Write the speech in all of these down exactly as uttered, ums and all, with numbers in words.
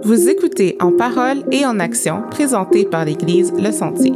Vous écoutez En parole et en action, présenté par l'Église Le Sentier.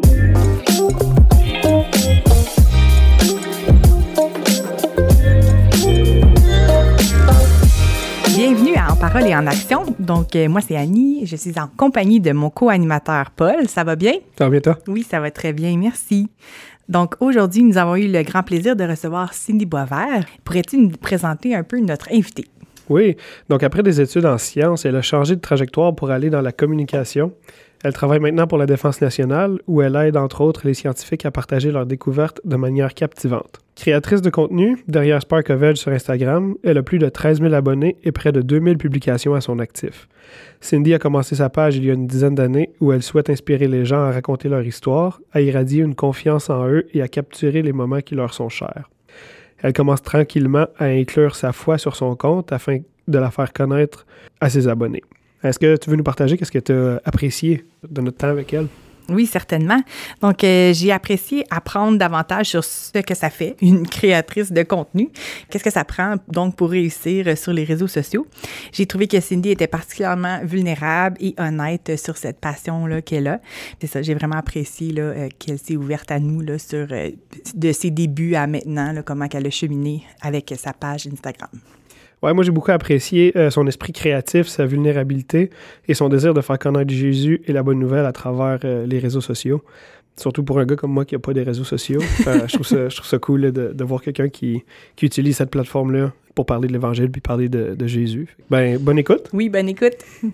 Bienvenue à En parole et en action. Donc, euh, moi, c'est Annie. Je suis en compagnie de mon co-animateur Paul. Ça va bien? Ça va bien, toi? Oui, ça va très bien. Merci. Donc, aujourd'hui, nous avons eu le grand plaisir de recevoir Cindy Boisvert. Pourrais-tu nous présenter un peu notre invitée? Oui. Donc, après des études en sciences, elle a changé de trajectoire pour aller dans la communication. Elle travaille maintenant pour la Défense nationale, où elle aide, entre autres, les scientifiques à partager leurs découvertes de manière captivante. Créatrice de contenu, derrière Spark of Edge sur Instagram, elle a plus de treize mille abonnés et près de deux mille publications à son actif. Cindy a commencé sa page il y a une dizaine d'années où elle souhaite inspirer les gens à raconter leur histoire, à irradier une confiance en eux et à capturer les moments qui leur sont chers. Elle commence tranquillement à inclure sa foi sur son compte afin de la faire connaître à ses abonnés. Est-ce que tu veux nous partager qu'est-ce que tu as apprécié de notre temps avec elle? Oui, certainement. Donc, euh, j'ai apprécié apprendre davantage sur ce que ça fait, une créatrice de contenu. Qu'est-ce que ça prend, donc, pour réussir sur les réseaux sociaux? J'ai trouvé que Cindy était particulièrement vulnérable et honnête sur cette passion-là qu'elle a. C'est ça, j'ai vraiment apprécié là, euh, qu'elle s'est ouverte à nous là, sur euh, de ses débuts à maintenant, là, comment elle a cheminé avec sa page Instagram. Ouais, moi, j'ai beaucoup apprécié euh, son esprit créatif, sa vulnérabilité et son désir de faire connaître Jésus et la bonne nouvelle à travers euh, les réseaux sociaux. Surtout pour un gars comme moi qui n'a pas des réseaux sociaux. Euh, je, trouve ça, je trouve ça cool là, de, de voir quelqu'un qui, qui utilise cette plateforme-là pour parler de l'Évangile puis parler de, de Jésus. Ben, bonne écoute. Oui, bonne écoute.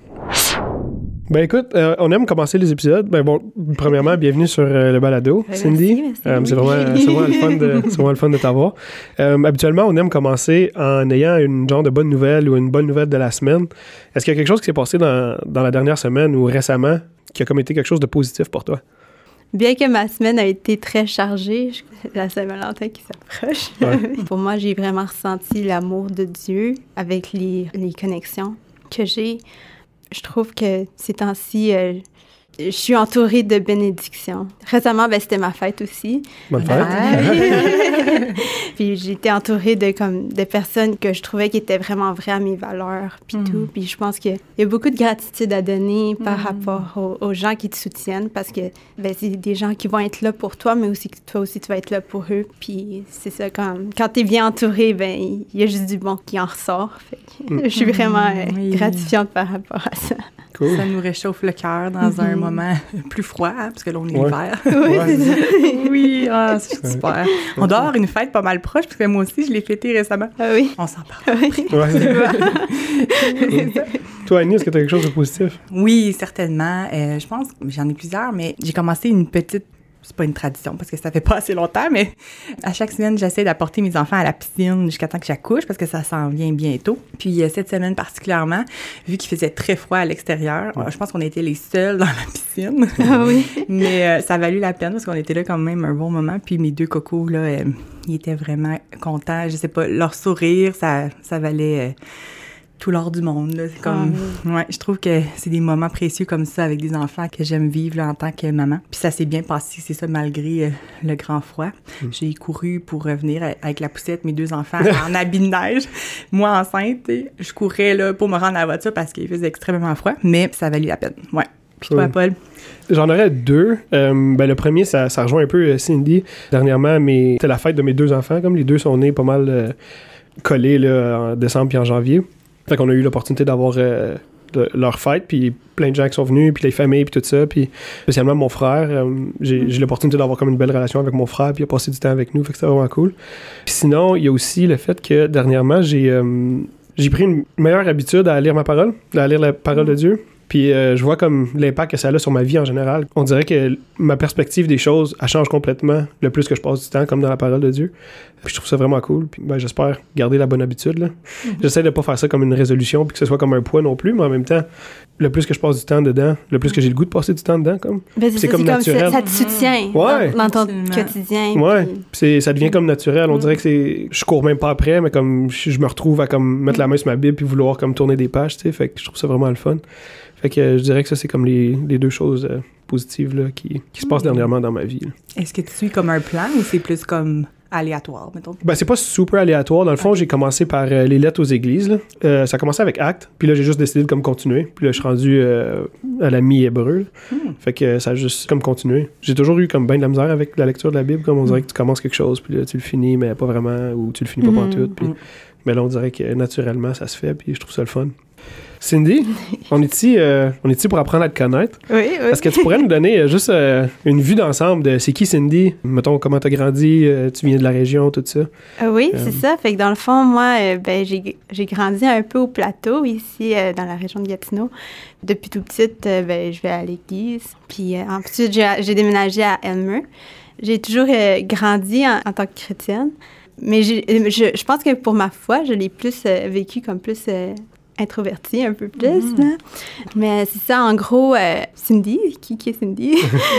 Ben écoute, euh, on aime commencer les épisodes. Ben bon, premièrement, bienvenue sur euh, le balado, ben, Cindy. Merci, merci. Euh, c'est, vraiment, c'est, vraiment le fun de, c'est vraiment le fun de t'avoir. Euh, habituellement, on aime commencer en ayant une genre de bonne nouvelle ou une bonne nouvelle de la semaine. Est-ce qu'il y a quelque chose qui s'est passé dans, dans la dernière semaine ou récemment qui a comme été quelque chose de positif pour toi? Bien que ma semaine a été très chargée, la Saint-Valentin qui s'approche, ouais. Pour moi, j'ai vraiment ressenti l'amour de Dieu avec les, les connexions que j'ai. Je trouve que ces temps-ci, euh, je suis entourée de bénédictions. Récemment, ben, c'était ma fête aussi. Bonne fête! Ah. Puis j'étais entourée de, comme, de personnes que je trouvais qui étaient vraiment vraies à mes valeurs, puis mm. tout. Puis je pense qu'il y a beaucoup de gratitude à donner par mm. rapport aux, aux gens qui te soutiennent, parce que ben, c'est des gens qui vont être là pour toi, mais aussi que toi aussi, tu vas être là pour eux. Puis c'est ça, quand, quand tu es bien entourée, ben il y a juste du bon qui en ressort. Fait que mm. je suis vraiment euh, oui. gratifiante par rapport à ça. Cool. Ça nous réchauffe le cœur dans mm-hmm. un moment plus froid, hein, parce que là, on est ouais. l'hiver. Oui, ouais. c'est ça. Oui, ah, c'est super. On doit avoir une fête pas mal proche, parce que moi aussi, je l'ai fêtée récemment. Ah oui. On s'en parle. Oui. Ouais. Toi, Annie, est-ce que tu as quelque chose de positif? Oui, certainement. Euh, je pense, j'en ai plusieurs, mais j'ai commencé une petite... C'est pas une tradition parce que ça fait pas assez longtemps, mais à chaque semaine, j'essaie d'apporter mes enfants à la piscine jusqu'à temps que j'accouche parce que ça s'en vient bientôt. Puis cette semaine particulièrement, vu qu'il faisait très froid à l'extérieur, ouais. je pense qu'on était les seuls dans la piscine. Ah oui. Mais euh, ça a valu la peine parce qu'on était là quand même un bon moment. Puis mes deux cocos, là, euh, ils étaient vraiment contents. Je sais pas, leur sourire, ça, ça valait... Euh, tout l'or du monde. Là. C'est comme, ah, ouais, je trouve que c'est des moments précieux comme ça avec des enfants que j'aime vivre là, en tant que maman. Puis ça s'est bien passé, c'est ça, malgré euh, le grand froid. Mm. J'ai couru pour revenir avec la poussette, mes deux enfants en habit de neige. Moi, enceinte, je courais là, pour me rendre à la voiture parce qu'il faisait extrêmement froid, mais ça a valu la peine. Ouais. Puis toi, Paul? J'en aurais deux. Euh, ben, le premier, ça, ça rejoint un peu euh, Cindy. Dernièrement, mais c'était la fête de mes deux enfants. Comme les deux sont nés pas mal euh, collés là, en décembre puis en janvier. Fait qu'on a eu l'opportunité d'avoir euh, de, leur fête, puis plein de gens qui sont venus, puis les familles, puis tout ça, puis spécialement mon frère. Euh, j'ai, mm. j'ai l'opportunité d'avoir comme une belle relation avec mon frère, puis il a passé du temps avec nous, fait que c'était vraiment cool. Puis sinon, il y a aussi le fait que dernièrement, j'ai, euh, j'ai pris une meilleure habitude à lire ma parole, à lire la parole mm. de Dieu. Puis euh, je vois comme l'impact que ça a sur ma vie en général. On dirait que ma perspective des choses, elle change complètement le plus que je passe du temps, comme dans la parole de Dieu. Puis je trouve ça vraiment cool. Puis ben, j'espère garder la bonne habitude. Là. Mm-hmm. J'essaie de pas faire ça comme une résolution, puis que ce soit comme un poids non plus, mais en même temps, le plus que je passe du temps dedans, le plus que j'ai le goût de passer du temps dedans, comme. Ben, c'est, c'est, comme, c'est comme naturel. Ça, ça te soutient ouais. dans, dans ton Absolument. Quotidien. Ouais. Puis... C'est, ça devient comme naturel. On mm. dirait que c'est, je cours même pas après, mais comme je, je me retrouve à comme mettre mm. la main sur ma Bible puis vouloir comme tourner des pages, tu sais. Fait que je trouve ça vraiment le fun. Fait que euh, je dirais que ça, c'est comme les, les deux choses euh, positives là, qui, qui se passent mmh. dernièrement dans ma vie. Là. Est-ce que tu suis comme un plan ou c'est plus comme aléatoire, mettons? Ben, c'est pas super aléatoire. Dans le fond, okay. j'ai commencé par euh, les lettres aux églises. Là. Euh, ça a commencé avec Actes, puis là, j'ai juste décidé de comme continuer. Puis là, je suis rendu euh, à la mi-hébreu. Mm. Fait que euh, ça a juste comme continué. J'ai toujours eu comme bien de la misère avec la lecture de la Bible, comme on dirait mm. que tu commences quelque chose, puis là, tu le finis, mais pas vraiment, ou tu le finis pas mm. pantoute. Puis, mm. mais là, on dirait que naturellement, ça se fait, puis je trouve ça le fun. Cindy, on est ici, euh, on est ici pour apprendre à te connaître. Oui, oui. Est-ce que tu pourrais nous donner euh, juste euh, une vue d'ensemble de c'est qui Cindy? Mettons, comment tu as grandi, euh, tu viens de la région, tout ça. Euh, oui, euh, c'est ça. Fait que dans le fond, moi, euh, ben, j'ai, j'ai grandi un peu au plateau, ici, euh, dans la région de Gatineau. Depuis tout petite, euh, ben, je vais à l'église. Puis euh, ensuite, j'ai, j'ai déménagé à Elmer. J'ai toujours euh, grandi en, en tant que chrétienne. Mais j'ai, je, je pense que pour ma foi, je l'ai plus euh, vécu comme plus... Euh, introvertie un peu plus. Mm. Là. Mais c'est ça, en gros, euh, Cindy, qui, qui est Cindy?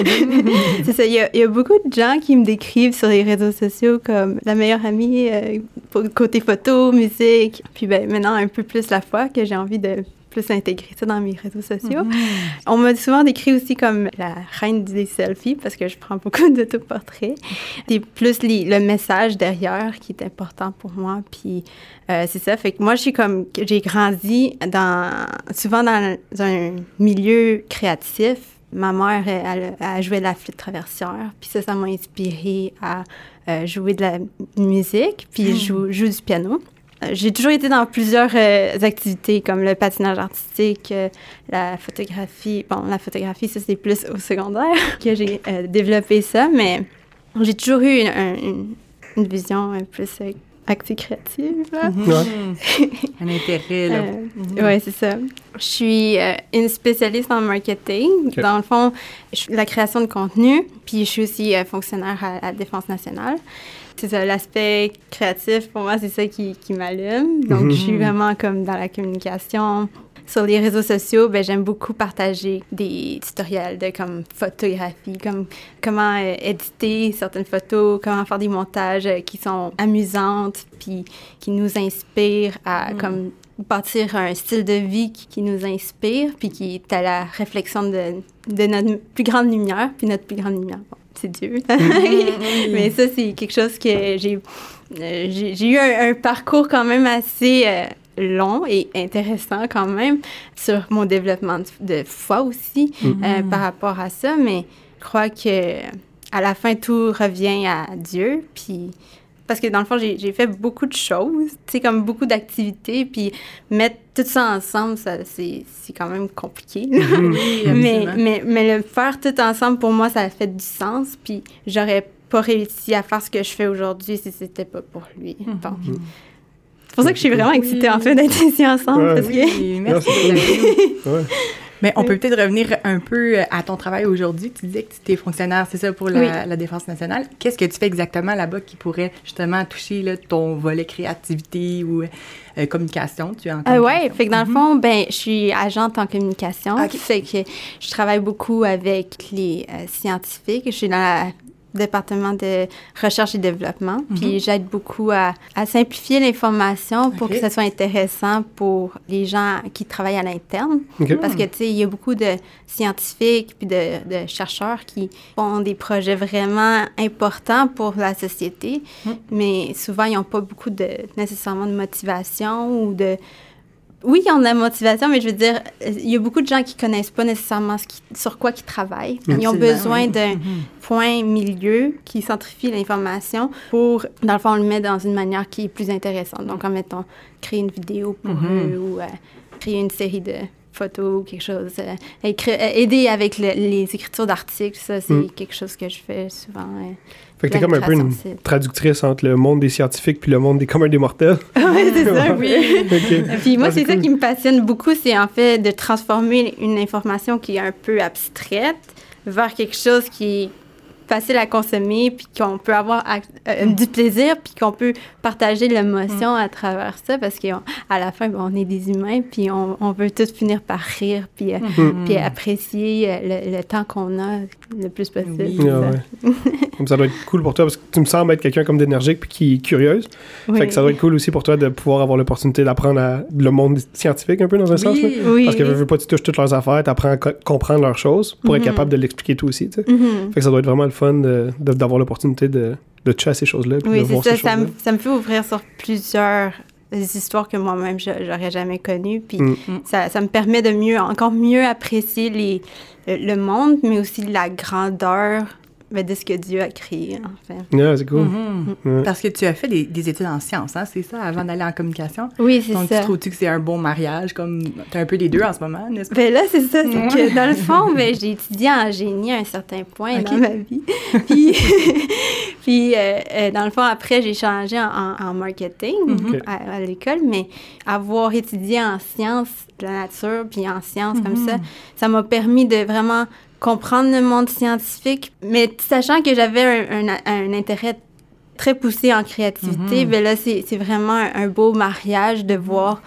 C'est ça, il y, a, il y a beaucoup de gens qui me décrivent sur les réseaux sociaux comme la meilleure amie euh, côté photo, musique. Puis ben, maintenant, un peu plus la foi, que j'ai envie de plus intégrer ça dans mes réseaux sociaux. Mm. On m'a souvent décrit aussi comme la reine des selfies parce que je prends beaucoup d'autoportraits. C'est plus les, le message derrière qui est important pour moi. Puis euh, c'est ça. Fait que moi, je suis comme, j'ai grandi dans, souvent dans un milieu créatif. Ma mère, elle, elle jouait de la flûte traversière. Puis ça, ça m'a inspirée à euh, jouer de la musique. Puis je joue, joue du piano. J'ai toujours été dans plusieurs euh, activités, comme le patinage artistique, euh, la photographie. Bon, la photographie, ça, c'est plus au secondaire que j'ai euh, développé ça, mais j'ai toujours eu une, une, une vision euh, plus euh, axée créative. Là. Mm-hmm. Ouais. Un intérêt, là. Euh, mm-hmm. Oui, c'est ça. Je suis euh, une spécialiste en marketing. Okay. Dans le fond, je fais la création de contenu, puis je suis aussi euh, fonctionnaire à, à la Défense nationale. C'est ça, l'aspect créatif, pour moi, c'est ça qui, qui m'allume. Donc, mm-hmm. je suis vraiment comme dans la communication. Sur les réseaux sociaux, ben, j'aime beaucoup partager des tutoriels de comme photographie, comme comment euh, éditer certaines photos, comment faire des montages euh, qui sont amusantes, puis qui nous inspirent à mm. comme bâtir un style de vie qui, qui nous inspire, puis qui est à la réflexion de, de notre plus grande lumière, puis notre plus grande lumière. Bon. C'est Dieu. Mm-hmm. Mais ça, c'est quelque chose que j'ai... Euh, j'ai, j'ai eu un, un parcours quand même assez euh, long et intéressant quand même sur mon développement de, de foi aussi mm-hmm. euh, par rapport à ça. Mais je crois que à la fin, tout revient à Dieu. Puis... Parce que dans le fond, j'ai, j'ai fait beaucoup de choses, tu sais, comme beaucoup d'activités, puis mettre tout ça ensemble, ça, c'est, c'est quand même compliqué. Oui, mais, mais, mais le faire tout ensemble, pour moi, ça a fait du sens, puis j'aurais pas réussi à faire ce que je fais aujourd'hui si c'était pas pour lui. Mm-hmm. Donc, c'est pour ça que je suis vraiment excitée, en fait, d'être ici ensemble. Ouais. Parce que... Oui, merci. Ouais. Mais on peut peut-être revenir un peu à ton travail aujourd'hui. Tu disais que tu étais fonctionnaire, c'est ça, pour la, oui. la Défense nationale. Qu'est-ce que tu fais exactement là-bas qui pourrait justement toucher là, ton volet créativité ou euh, communication? Tu es en communication? Euh, oui, fait que dans mm-hmm. le fond, ben, je suis agente en communication. Okay. Fait que je travaille beaucoup avec les euh, scientifiques. Je suis dans la département de recherche et développement. Mm-hmm. Puis j'aide beaucoup à, à simplifier l'information pour okay. que ça soit intéressant pour les gens qui travaillent à l'interne. Okay. Parce que, tu sais, il y a beaucoup de scientifiques puis de, de chercheurs qui font des projets vraiment importants pour la société, mm. mais souvent, ils n'ont pas beaucoup de, nécessairement de motivation ou de... Oui, ils ont de la motivation, mais je veux dire, il y a beaucoup de gens qui ne connaissent pas nécessairement ce qui, sur quoi ils travaillent. Absolument, ils ont besoin oui. d'un mm-hmm. point milieu qui centrifie l'information pour, dans le fond, on le met dans une manière qui est plus intéressante. Donc, en mettant, créer une vidéo pour mm-hmm. eux ou euh, créer une série de photos ou quelque chose. Euh, écri- euh, aider avec le, les écritures d'articles, ça, c'est mm. quelque chose que je fais souvent. Euh, Fait que t'es comme un peu une traductrice entre le monde des scientifiques puis le monde des communs des mortels. Oui, c'est ça, oui. Okay. Puis moi, ah, c'est, c'est cool. Ça qui me passionne beaucoup, c'est en fait de transformer une information qui est un peu abstraite vers quelque chose qui est facile à consommer, puis qu'on peut avoir euh, du plaisir, puis qu'on peut partager l'émotion mm. à travers ça, parce qu'à la fin, bon, on est des humains, puis on, on veut tous finir par rire, puis, euh, mm. puis apprécier le, le temps qu'on a le plus possible. Oui. Ah, ouais. Comme ça doit être cool pour toi, parce que tu me sembles être quelqu'un comme d'énergique puis qui est curieuse. Oui. Fait que ça doit être cool aussi pour toi de pouvoir avoir l'opportunité d'apprendre à, le monde scientifique un peu dans un Oui. sens. Là. Oui. Parce que veux, veux pas, tu touches toutes leurs affaires, tu apprends à co- comprendre leurs choses pour Mm-hmm. être capable de l'expliquer toi aussi. Tu sais. Mm-hmm. Fait que ça doit être vraiment le fun de, de, d'avoir l'opportunité de, de toucher à ces choses-là. Puis Oui, de c'est voir ça. ces Ça choses-là. me, ça me fait ouvrir sur plusieurs histoires que moi-même, je- j'aurais jamais connues. Puis Mm. ça, ça me permet de mieux, encore mieux apprécier les, le, le monde, mais aussi la grandeur ben, de ce que Dieu a créé, en fait. Yeah, c'est cool. Mhm. Ouais. Parce que tu as fait des, des études en sciences, hein, c'est ça, avant d'aller en communication. Oui, c'est Donc, ça. tu trouves-tu que c'est un bon mariage? Comme, t'as un peu les deux en ce moment, n'est-ce pas? Ben là, c'est ça. C'est Ouais. que dans le fond, ben, j'ai étudié en génie à un certain point Ok. dans ma vie. Puis, puis euh, euh, dans le fond, après, j'ai changé en, en- en marketing Ok. à, à l'école, mais avoir étudié en sciences de la nature, puis en sciences comme ça, ça m'a permis de vraiment comprendre le monde scientifique, mais sachant que j'avais un, un, un intérêt très poussé en créativité, Mhm. ben là, c'est c'est vraiment un, un beau mariage de voir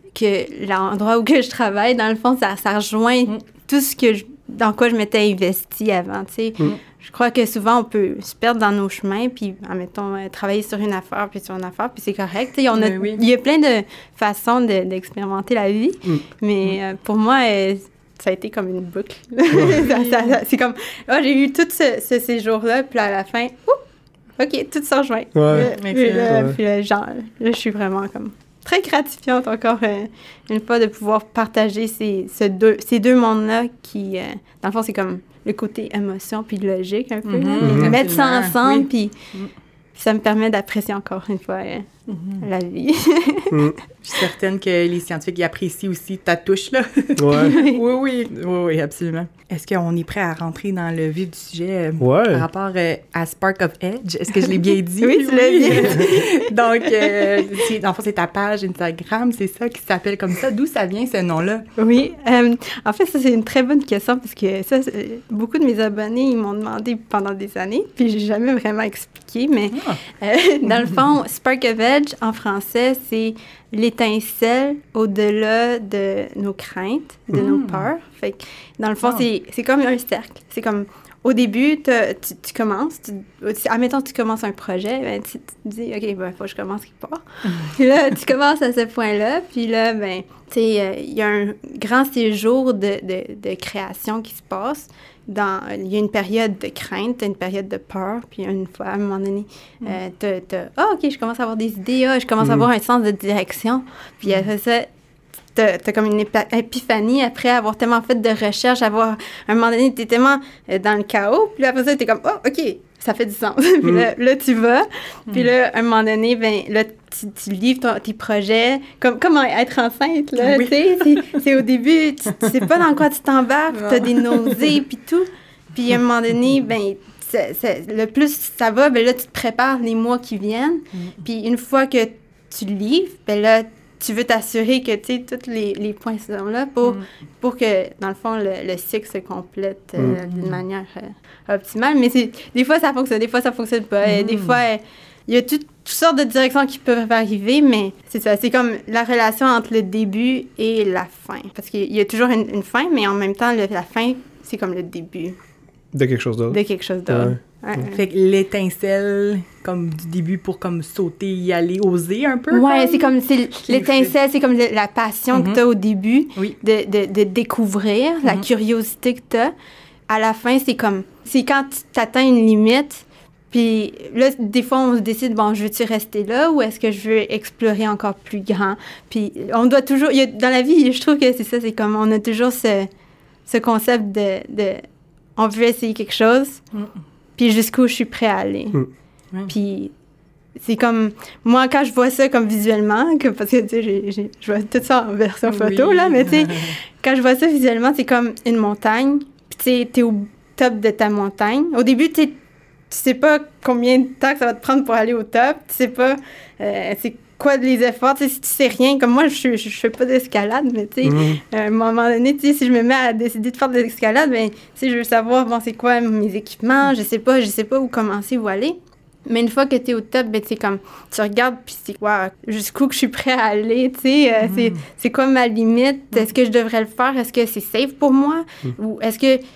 que l'endroit où que je travaille, dans le fond, ça, ça rejoint Mm. tout ce que je, dans quoi je m'étais investie avant, tu sais. Mm. Je crois que souvent, on peut se perdre dans nos chemins, puis, admettons, euh, travailler sur une affaire, puis sur une affaire, puis c'est correct. Tu sais, on a, Ben oui. il y a plein de façons de- d'expérimenter la vie, Mm. mais euh, pour moi, euh, ça a été comme une boucle. Ça- ça- ça- c'est comme, ah, j'ai eu tout ce, ce séjour-là, puis là, à la fin, ouh, OK, tout se rejoint. Ouais. Puis là, puis là, Ouais. puis là, genre, là, je suis vraiment comme très gratifiante encore euh, une fois de pouvoir partager ces, ce deux, ces deux mondes-là qui, euh, dans le fond, c'est comme le côté émotion puis logique un peu. là. Mhm, Mais mettre ça absolument, ensemble, oui. puis Mhm. puis ça me permet d'apprécier encore une fois euh, Mhm. la vie. Mm. Je suis certaine que les scientifiques ils apprécient aussi ta touche, là. Ouais. oui, oui, oui, oui, absolument. Est-ce qu'on est prêt à rentrer dans le vif du sujet euh, Ouais. par rapport euh, à Spark of Edge? Est-ce que je l'ai bien dit? Oui, tu l'as bien Donc, euh, c'est, dans le fond, c'est ta page Instagram, c'est ça qui s'appelle comme ça. D'où ça vient, ce nom-là? Oui, euh, en fait, ça, c'est une très bonne question parce que ça, c'est- beaucoup de mes abonnés, ils m'ont demandé pendant des années, puis j'ai jamais vraiment expliqué, mais Ah. euh, dans le fond, Spark of Edge, en français, c'est l'étincelle au-delà de nos craintes, de nos Mm. peurs. Fait que, dans le fond, Wow. c'est, c'est comme un cercle. C'est comme, au début, t'as- tu, tu commences, tu, admettons que tu commences un projet, ben, tu, tu te dis, OK, ben, faut que je commence quelque part. Puis là, tu commences à ce point-là, puis là, ben, tu sais, euh, il y a un grand séjour de, de, de création qui se passe. Dans, il y a une période de crainte, une période de peur, puis une fois, à un moment donné, euh, t'as, t'as, ah, OK, je commence à avoir des idées, ah, je commence à avoir un sens de direction. Puis après ça, t'as, t'as comme une épa- épiphanie après avoir tellement fait de recherches, avoir, à un moment donné, t'es tellement euh, dans le chaos, puis après ça, t'es comme, oh, OK, ça fait du sens. Puis là, là, tu vas, puis là, à un moment donné, ben là, tu, tu livres ton- tes projets, comme, comme être enceinte, là, Oui. tu sais, c'est, c'est au début, tu, tu sais pas dans quoi tu t'embarques, t'as des nausées, puis tout. Puis à un moment donné, ben c'est- c'est- le plus ça va, ben là, tu te prépares les mois qui viennent. Puis une fois que tu livres, ben là, tu veux t'assurer que, tu sais, tous les, les points sont là pour, pour que, dans le fond, le, le cycle se complète euh, d'une manière euh, optimale. Mais c'est, des fois, ça fonctionne, des fois, ça fonctionne pas. Euh, Des fois, euh, il y a tout- toutes sortes de directions qui peuvent arriver, mais c'est ça. C'est comme la relation entre le début et la fin. Parce qu'il y a toujours une, une fin, mais en même temps, le- la fin, c'est comme le début De quelque chose d'autre. de quelque chose d'autre. Ouais. Ouais. Fait que l'étincelle, comme du début pour comme sauter, y aller, oser un peu? Ouais, comme? c'est comme c'est Qui l'étincelle, c'est comme le- la passion Mhm. que tu as au début Oui. de, de, de découvrir, la Mhm. curiosité que tu as. À la fin, c'est comme c'est quand tu atteins une limite, puis là, des fois, on se décide, bon, je veux-tu rester là ou est-ce que je veux explorer encore plus grand? Puis on doit toujours, il y a, dans la vie, je trouve que c'est ça, c'est comme on a toujours ce, ce concept de, de on veut essayer quelque chose, Mhm. puis jusqu'où je suis prêt à aller. Mhm. Ouais. Puis c'est comme, moi, quand je vois ça comme visuellement, que, parce que, tu sais, j'ai- j'ai- je vois tout ça en version photo, Oui. là, mais tu sais, quand je vois ça visuellement, c'est comme une montagne, puis tu sais, t'es au top de ta montagne. Au début, tu sais, tu sais pas combien de temps que ça va te prendre pour aller au top, tu sais pas euh, c'est quoi les efforts, tu sais, si tu sais rien, comme moi, je, je, je fais pas d'escalade, mais tu sais, Mhm. à un moment donné, tu sais, si je me mets à décider de faire de l'escalade, ben, tu sais, je veux savoir, bon, c'est quoi mes équipements, je sais pas, je sais pas où commencer, où aller. Mais une fois que tu es au top, ben, c'est comme, tu regardes, puis c'est quoi, jusqu'où que je suis prêt à aller, tu sais, euh, c'est, c'est quoi ma limite, est-ce que je devrais le faire, est-ce que c'est safe pour moi, ou est-ce que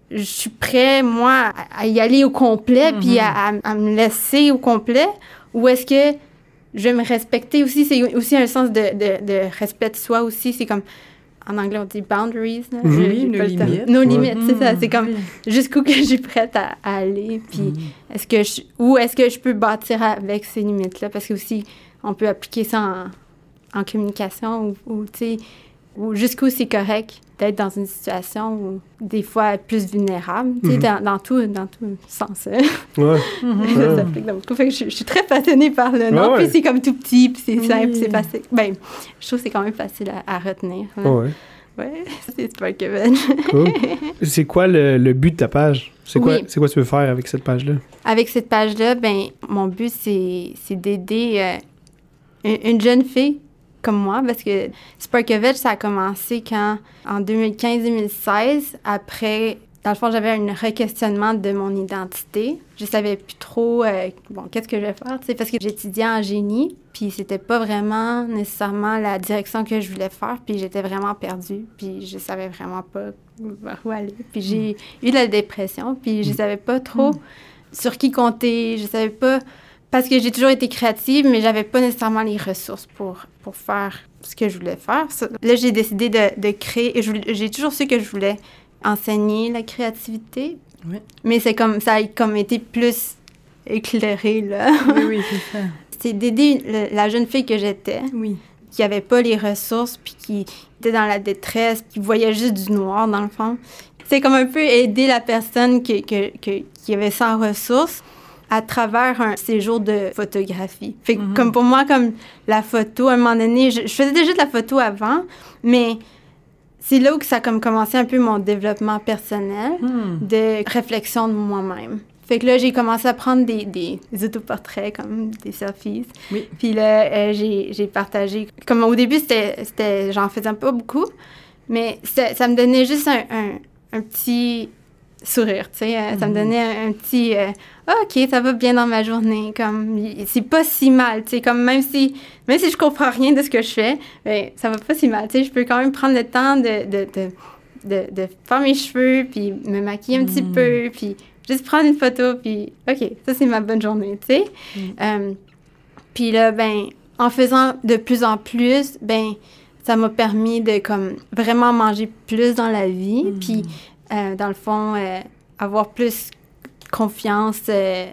je suis prêt, moi, à, à y aller au complet, mm-hmm. puis à, à, à me laisser au complet, ou est-ce que je vais me respecter aussi? C'est aussi un sens de, de, de respect de soi aussi. C'est comme, en anglais, on dit boundaries. Là. Mm-hmm. Je, oui, nos limites. Nos limites, mm-hmm. c'est ça. C'est comme jusqu'où que je suis prête à, à aller, puis mm-hmm. est-ce que je, où est-ce que je peux bâtir avec ces limites-là? Parce que aussi, on peut appliquer ça en, en communication, ou, ou tu sais, ou jusqu'où c'est correct d'être dans une situation où, des fois, plus vulnérable, tu sais, mm-hmm. dans, dans tout, dans tout sens. Hein? Ouais. Ça s'applique dans beaucoup. Fait que je, je suis très passionnée par le nom, ouais, puis ouais. c'est comme tout petit, puis c'est oui. simple, c'est facile. Ben, je trouve que c'est quand même facile à, à retenir. Hein? Ouais. Ouais, c'est Sparkevetch. Cool. C'est quoi le, le but de ta page? C'est quoi, oui. c'est quoi tu veux faire avec cette page-là? Avec cette page-là, ben, mon but, c'est, c'est d'aider euh, une, une jeune fille comme moi, parce que Sparkevetch, ça a commencé quand, en deux mille quinze deux mille seize, après, dans le fond, j'avais un re-questionnement de mon identité. Je savais plus trop, euh, bon, qu'est-ce que je vais faire, tu sais, parce que j'étudiais en génie, puis c'était pas vraiment nécessairement la direction que je voulais faire, puis j'étais vraiment perdue, puis je savais vraiment pas où aller. Puis j'ai mm. eu de la dépression, puis je savais pas trop mm. sur qui compter, je savais pas... Parce que j'ai toujours été créative, mais j'avais pas nécessairement les ressources pour, pour faire ce que je voulais faire. Là, j'ai décidé de, de créer... Et je, j'ai toujours su que je voulais enseigner la créativité. Oui. Mais c'est comme ça a comme été plus éclairé, là. Oui, oui, c'est ça. C'est d'aider le, la jeune fille que j'étais, oui. qui avait pas les ressources, puis qui était dans la détresse, qui voyait juste du noir, dans le fond. C'est comme un peu aider la personne que, que, que, qui avait sans ressources, à travers un séjour de photographie. Fait que mm-hmm. comme pour moi, comme la photo, à un moment donné, je, je faisais déjà de la photo avant, mais c'est là où ça a comme commencé un peu mon développement personnel, mm. de réflexion de moi-même. Fait que là, j'ai commencé à prendre des, des, des autoportraits, comme des selfies. Oui. Puis là, euh, j'ai, j'ai partagé... Comme au début, c'était, c'était, j'en faisais pas beaucoup, mais ça me donnait juste un, un, un petit... sourire, tu sais, mm-hmm. ça me donnait un, un petit euh, ah, OK, ça va bien dans ma journée, comme c'est pas si mal, tu sais, comme même si même si je comprends rien de ce que je fais, ben ça va pas si mal, tu sais, je peux quand même prendre le temps de de, de, de, de faire mes cheveux, puis me maquiller un mm-hmm. petit peu, puis juste prendre une photo, puis OK, ça c'est ma bonne journée, tu sais. Mm-hmm. Euh, puis là, ben, en faisant de plus en plus, ben ça m'a permis de comme vraiment manger plus dans la vie, mm-hmm. puis Euh, dans le fond, euh, avoir plus confiance euh,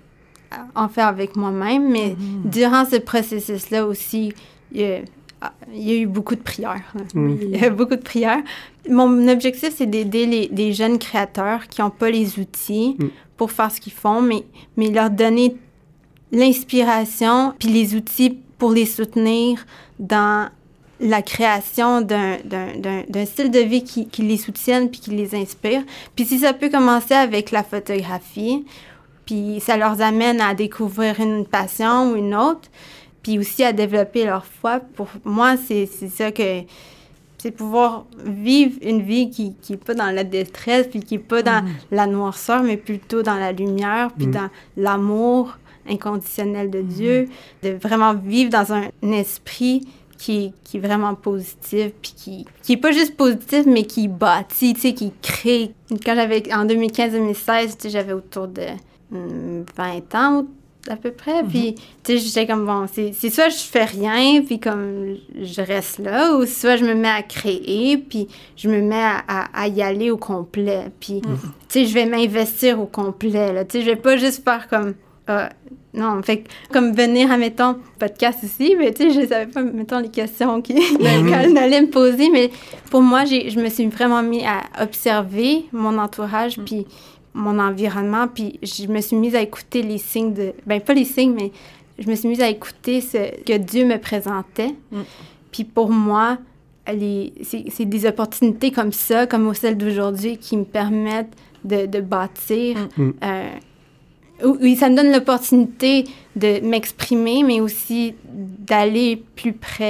en faire avec moi-même. Mais mm-hmm. durant ce processus-là aussi, il y, a, il y a eu beaucoup de prières. Mm-hmm. Il y a beaucoup de prières. Mon objectif, c'est d'aider les, les jeunes créateurs qui n'ont pas les outils mm. pour faire ce qu'ils font, mais, mais leur donner l'inspiration puis les outils pour les soutenir dans la création d'un, d'un, d'un, d'un style de vie qui, qui les soutienne puis qui les inspire. Puis si ça peut commencer avec la photographie, puis ça leur amène à découvrir une passion ou une autre, puis aussi à développer leur foi, pour moi, c'est, c'est ça que... C'est pouvoir vivre une vie qui n'est pas dans la détresse, puis qui n'est pas dans mmh. la noirceur, mais plutôt dans la lumière, puis mmh. dans l'amour inconditionnel de Dieu, mmh. de vraiment vivre dans un, un esprit... Qui, qui est vraiment positif, puis qui, qui est pas juste positif, mais qui bâtit, tu sais, qui crée. Quand j'avais, en deux mille quinze deux mille seize, tu sais, j'avais autour de hum, vingt ans à peu près, mm-hmm. puis, tu sais, j'étais comme, bon, c'est, c'est soit je fais rien, puis comme, je reste là, ou soit je me mets à créer, puis je me mets à, à, à y aller au complet, puis, mm-hmm. tu sais, je vais m'investir au complet, là, tu sais, je vais pas juste faire comme... Euh, non, fait comme venir à, mettons, podcast aussi, mais tu sais, je savais pas, mettons, les questions qui, qu'elle allait me poser, mais pour moi, j'ai, je me suis vraiment mis à observer mon entourage, mm. puis mon environnement, puis je me suis mise à écouter les signes de... Ben, pas les signes, mais je me suis mise à écouter ce que Dieu me présentait. Mm. Puis pour moi, les, c'est, c'est des opportunités comme ça, comme celle d'aujourd'hui, qui me permettent de, de bâtir... Mm. Euh, Oui, ça me donne l'opportunité de m'exprimer, mais aussi d'aller plus près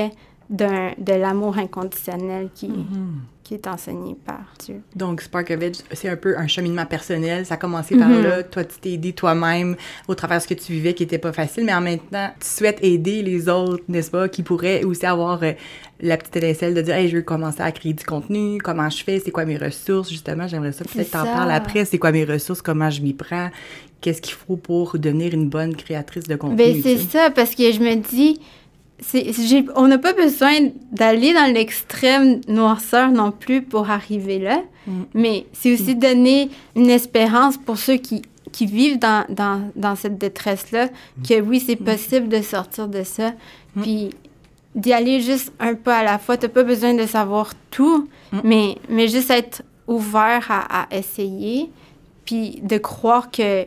d'un, de l'amour inconditionnel qui, Mm-hmm. qui est enseigné par Dieu. Donc, Spark of Edge, c'est un peu un cheminement personnel. Ça a commencé par Mm-hmm. là. Toi, tu t'es aidé toi-même au travers de ce que tu vivais qui n'était pas facile, mais en même temps, tu souhaites aider les autres, n'est-ce pas, qui pourraient aussi avoir euh, la petite étincelle de dire « Hey, je veux commencer à créer du contenu. Comment je fais? C'est quoi mes ressources? » Justement, j'aimerais ça. Peut-être C'est t'en ça. parles après. C'est quoi mes ressources? Comment je m'y prends? Qu'est-ce qu'il faut pour devenir une bonne créatrice de contenu? Ben, c'est tu sais? ça, parce que je me dis, c'est, j'ai, on n'a pas besoin d'aller dans l'extrême noirceur non plus pour arriver là, Mm. mais c'est aussi donner une espérance pour ceux qui, qui vivent dans, dans, dans cette détresse-là, que oui, c'est possible de sortir de ça, Mm. puis d'y aller juste un pas à la fois. Tu n'as pas besoin de savoir tout, Mm. mais, mais juste être ouvert à, à essayer, puis de croire que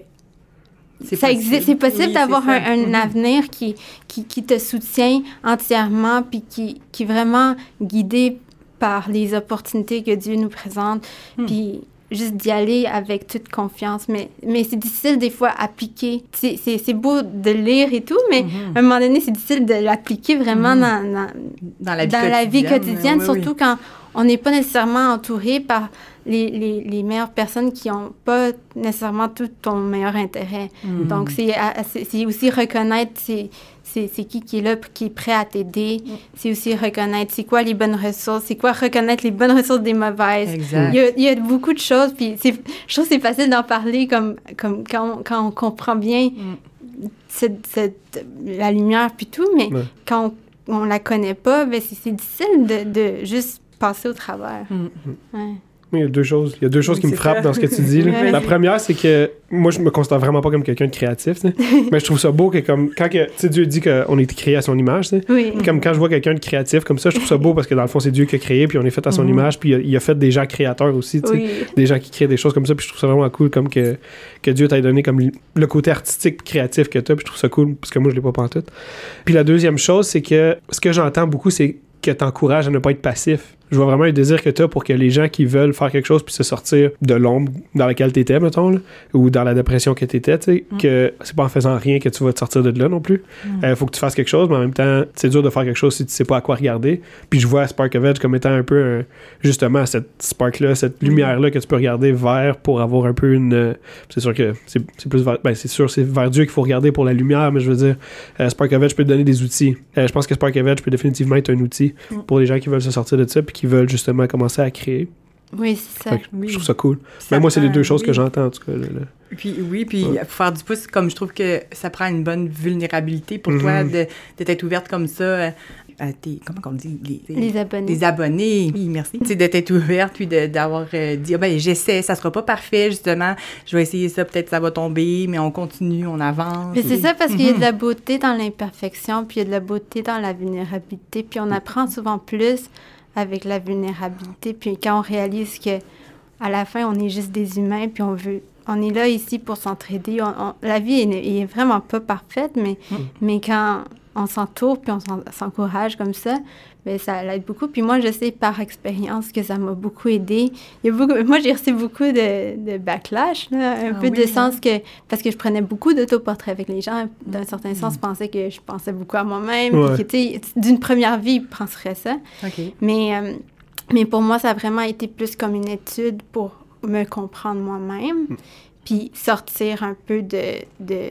C'est ça possible. existe, c'est possible Oui, d'avoir c'est ça. un, un Mhm. avenir qui, qui, qui te soutient entièrement, puis qui, qui est vraiment guidé par les opportunités que Dieu nous présente, Hmm. puis juste d'y aller avec toute confiance. Mais, mais c'est difficile des fois à appliquer. C'est, c'est, c'est beau de lire et tout, mais Mhm. à un moment donné, c'est difficile de l'appliquer vraiment Mhm. dans, dans, Dans la vie dans quotidienne. la vie quotidienne, Oui, surtout oui. quand on n'est pas nécessairement entouré par les, les, les meilleures personnes qui n'ont pas nécessairement tout ton meilleur intérêt. Mhm. Donc, c'est, à- c'est, c'est aussi reconnaître c'est, c'est, c'est qui qui est là, puis qui est prêt à t'aider. Mm. C'est aussi reconnaître c'est quoi les bonnes ressources, c'est quoi reconnaître les bonnes ressources des mauvaises. Exact. Il y, a, il y a beaucoup de choses, puis c'est, je trouve que c'est facile d'en parler comme, comme quand, on, quand on comprend bien Mm. cette, cette, la lumière puis tout, mais Ouais. quand on, on la connaît pas, ben c'est, c'est difficile de, de juste passer au travers. Mm. Ouais. Il y a deux choses, il y a deux choses Oui, qui me c'est frappent ça. dans ce que tu dis. là. Ouais. La première, c'est que moi, je me considère vraiment pas comme quelqu'un de créatif, tu sais. mais je trouve ça beau que comme quand que, tu sais, Dieu dit qu'on a été créé à son image, tu sais. Oui. Puis comme quand je vois quelqu'un de créatif comme ça, je trouve ça beau parce que dans le fond, c'est Dieu qui a créé, puis on est fait à son Mhm. image, puis il a, il a fait des gens créateurs aussi, tu sais. Oui. Des gens qui créent des choses comme ça, puis je trouve ça vraiment cool comme que, que Dieu t'a donné comme le côté artistique et créatif que t'as, puis je trouve ça cool parce que moi, je l'ai pas pantoute. Puis la deuxième chose, c'est que ce que j'entends beaucoup, c'est que t'encourages à ne pas être passif. Je vois vraiment un désir que t'as pour que les gens qui veulent faire quelque chose puis se sortir de l'ombre dans laquelle t'étais, mettons, là, ou dans la dépression que t'étais, tu sais, Mm. que c'est pas en faisant rien que tu vas te sortir de là non plus. Il Mm. faut que tu fasses quelque chose, mais en même temps, c'est dur de faire quelque chose si tu sais pas à quoi regarder. Puis je vois Spark of Edge comme étant un peu, un- justement, cette spark-là, cette Mm. lumière-là que tu peux regarder vers pour avoir un peu une... euh, c'est sûr que c'est, c'est plus vers... Ben, c'est sûr, c'est vers Dieu qu'il faut regarder pour la lumière, mais je veux dire, euh, Spark of Edge peut te donner des outils. Euh, je pense que Spark of Edge peut définitivement être un outil Mm. pour les gens qui veulent se sortir de ça puis qui veulent justement commencer à créer. Oui, c'est ça. Fait que Oui. Je trouve ça cool. Ça Mais moi, c'est les prend- deux choses que oui. j'entends, en tout cas. là, là. Puis oui, puis Ouais. pour faire du pouce, comme je trouve que ça prend une bonne vulnérabilité pour Mhm. toi de, de t'être ouverte comme ça euh, à tes, comment on dit, les, Les abonnés. les abonnés. Oui, merci. Tu sais, de t'être ouverte, puis de, d'avoir euh, dit, ah ben j'essaie, ça sera pas parfait, justement, je vais essayer ça, peut-être ça va tomber, mais on continue, on avance. Mais c'est ça, parce qu'il y a Mhm. de la beauté dans l'imperfection, puis il y a de la beauté dans la vulnérabilité, puis on apprend souvent plus avec la vulnérabilité, puis quand on réalise que à la fin, on est juste des humains, puis on veut... On est là ici pour s'entraider. On- on- la vie est, est vraiment pas parfaite, mais, Mm. mais quand on s'entoure puis on s'en- s'encourage comme ça, ben ça l'aide beaucoup. Puis moi, je sais par expérience que ça m'a beaucoup aidé. Il y a beaucoup, moi, j'ai reçu beaucoup de, de backlash, là, un Ah peu oui, de hein? sens que... Parce que je prenais beaucoup d'autoportraits avec les gens. D'un certain Mm. sens, je pensais que je pensais beaucoup à moi-même. Ouais. Puis que, tu sais, d'une première vie, je penserais ça. OK. Mais, euh, mais pour moi, ça a vraiment été plus comme une étude pour me comprendre moi-même, puis sortir un peu de, de,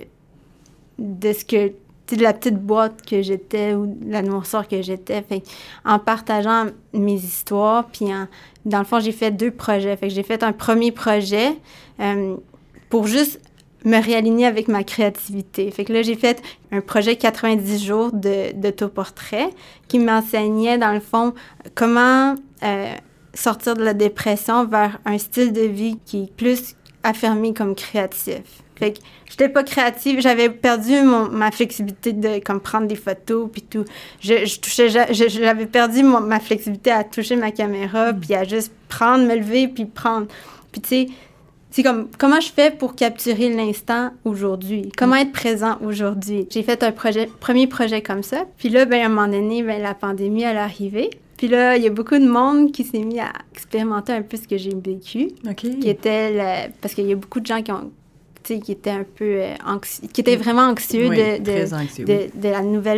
de ce que, tu sais, de la petite boîte que j'étais ou de la noirceur que j'étais. Fait que en partageant mes histoires, puis en- dans le fond, j'ai fait deux projets. Fait que j'ai fait un premier projet euh, pour juste me réaligner avec ma créativité. Fait que là, j'ai fait un projet quatre-vingt-dix jours de, d'autoportrait qui m'enseignait, dans le fond, comment euh, sortir de la dépression vers un style de vie qui est plus affirmé comme créatif. Fait que j'étais pas créative, j'avais perdu mon, ma flexibilité de comme prendre des photos puis tout. Je, je touchais, je- j'avais perdu mon- ma flexibilité à toucher ma caméra puis à juste prendre, me lever puis prendre. Puis tu sais, c'est comme, comment je fais pour capturer l'instant aujourd'hui? Comment être présent aujourd'hui? J'ai fait un projet, premier projet comme ça. Puis là, ben, à un moment donné, ben, la pandémie, elle est arrivée. Puis là, il y a beaucoup de monde qui s'est mis à expérimenter un peu ce que j'ai vécu. OK. Qui était, le- parce qu'il y a beaucoup de gens qui ont, tu sais, qui étaient un peu euh, anxi- qui étaient vraiment anxieux Oui, de, de, très anxieux, de, oui. de la nouvelle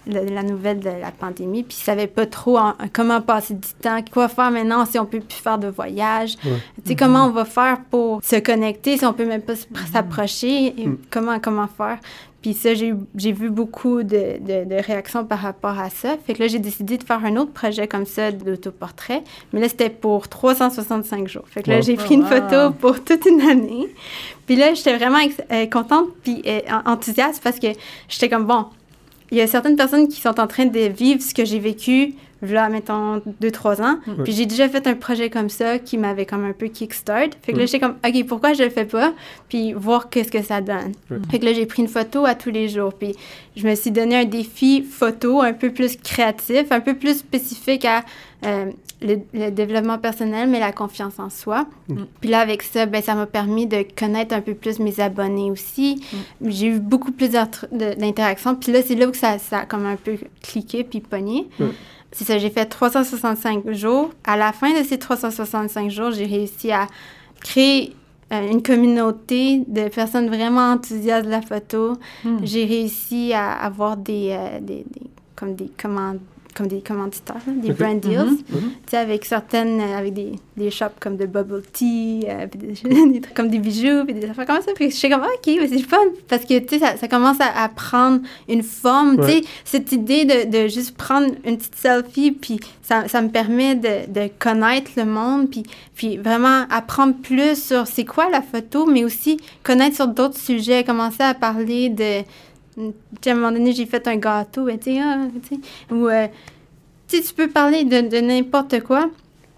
le, la nouvelle de la pandémie, puis ils savaient pas trop en, comment passer du temps, quoi faire maintenant si on peut plus faire de voyage, ouais. tu sais, mm-hmm. comment on va faire pour se connecter si on peut même pas mm-hmm. s'approcher, et mm. comment, comment faire. Puis ça, j'ai, j'ai vu beaucoup de, de, de réactions par rapport à ça. Fait que là, j'ai décidé de faire un autre projet comme ça d'autoportrait. Mais là, c'était pour trois cent soixante-cinq jours. Fait que là, wow. j'ai pris une photo pour toute une année. Puis là, j'étais vraiment euh, contente puis euh, enthousiaste parce que j'étais comme, bon, il y a certaines personnes qui sont en train de vivre ce que j'ai vécu, là, mettons, deux, trois ans. Ouais. Puis j'ai déjà fait un projet comme ça qui m'avait comme un peu kickstart. Fait que ouais. là, j'étais comme, OK, pourquoi je le fais pas? Puis voir qu'est-ce que ça donne. Ouais. Fait que là, j'ai pris une photo à tous les jours. Puis je me suis donné un défi photo un peu plus créatif, un peu plus spécifique à euh, le, le développement personnel, mais la confiance en soi. Mm. Puis là, avec ça, ben, ça m'a permis de connaître un peu plus mes abonnés aussi. Mm. J'ai eu beaucoup plus d'interactions. Puis là, c'est là où ça, ça a comme un peu cliqué puis pogné. Mm. C'est ça, j'ai fait trois cent soixante-cinq jours. À la fin de ces trois cent soixante-cinq jours, j'ai réussi à créer euh, une communauté de personnes vraiment enthousiastes de la photo. Mm. J'ai réussi à avoir des, euh, des, des, comme des commandes. comme des commanditaires, hein, des okay. brand deals, mm-hmm. tu sais, avec certaines, euh, avec des, des shops comme de bubble tea, euh, puis des, des trucs comme des bijoux, puis des affaires comme ça. Puis je suis comme, OK, mais c'est fun, parce que, tu sais, ça, ça commence à, à prendre une forme, ouais. tu sais, cette idée de, de juste prendre une petite selfie, puis ça, ça me permet de, de connaître le monde, puis, puis vraiment apprendre plus sur c'est quoi la photo, mais aussi connaître sur d'autres sujets, commencer à parler de... À un moment donné, j'ai fait un gâteau, tu sais, ah, ou euh, tu peux parler de, de n'importe quoi,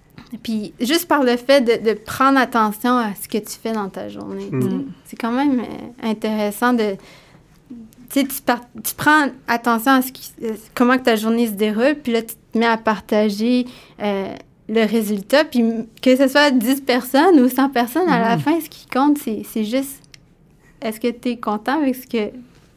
puis juste par le fait de, de prendre attention à ce que tu fais dans ta journée. Mm. C'est quand même euh, intéressant de... Tu sais, tu, par, tu prends attention à ce qui, euh, comment que ta journée se déroule, puis là, tu te mets à partager euh, le résultat, puis que ce soit dix personnes ou cent personnes, mm. à la fin, ce qui compte, c'est, c'est juste, est-ce que tu es content avec ce que...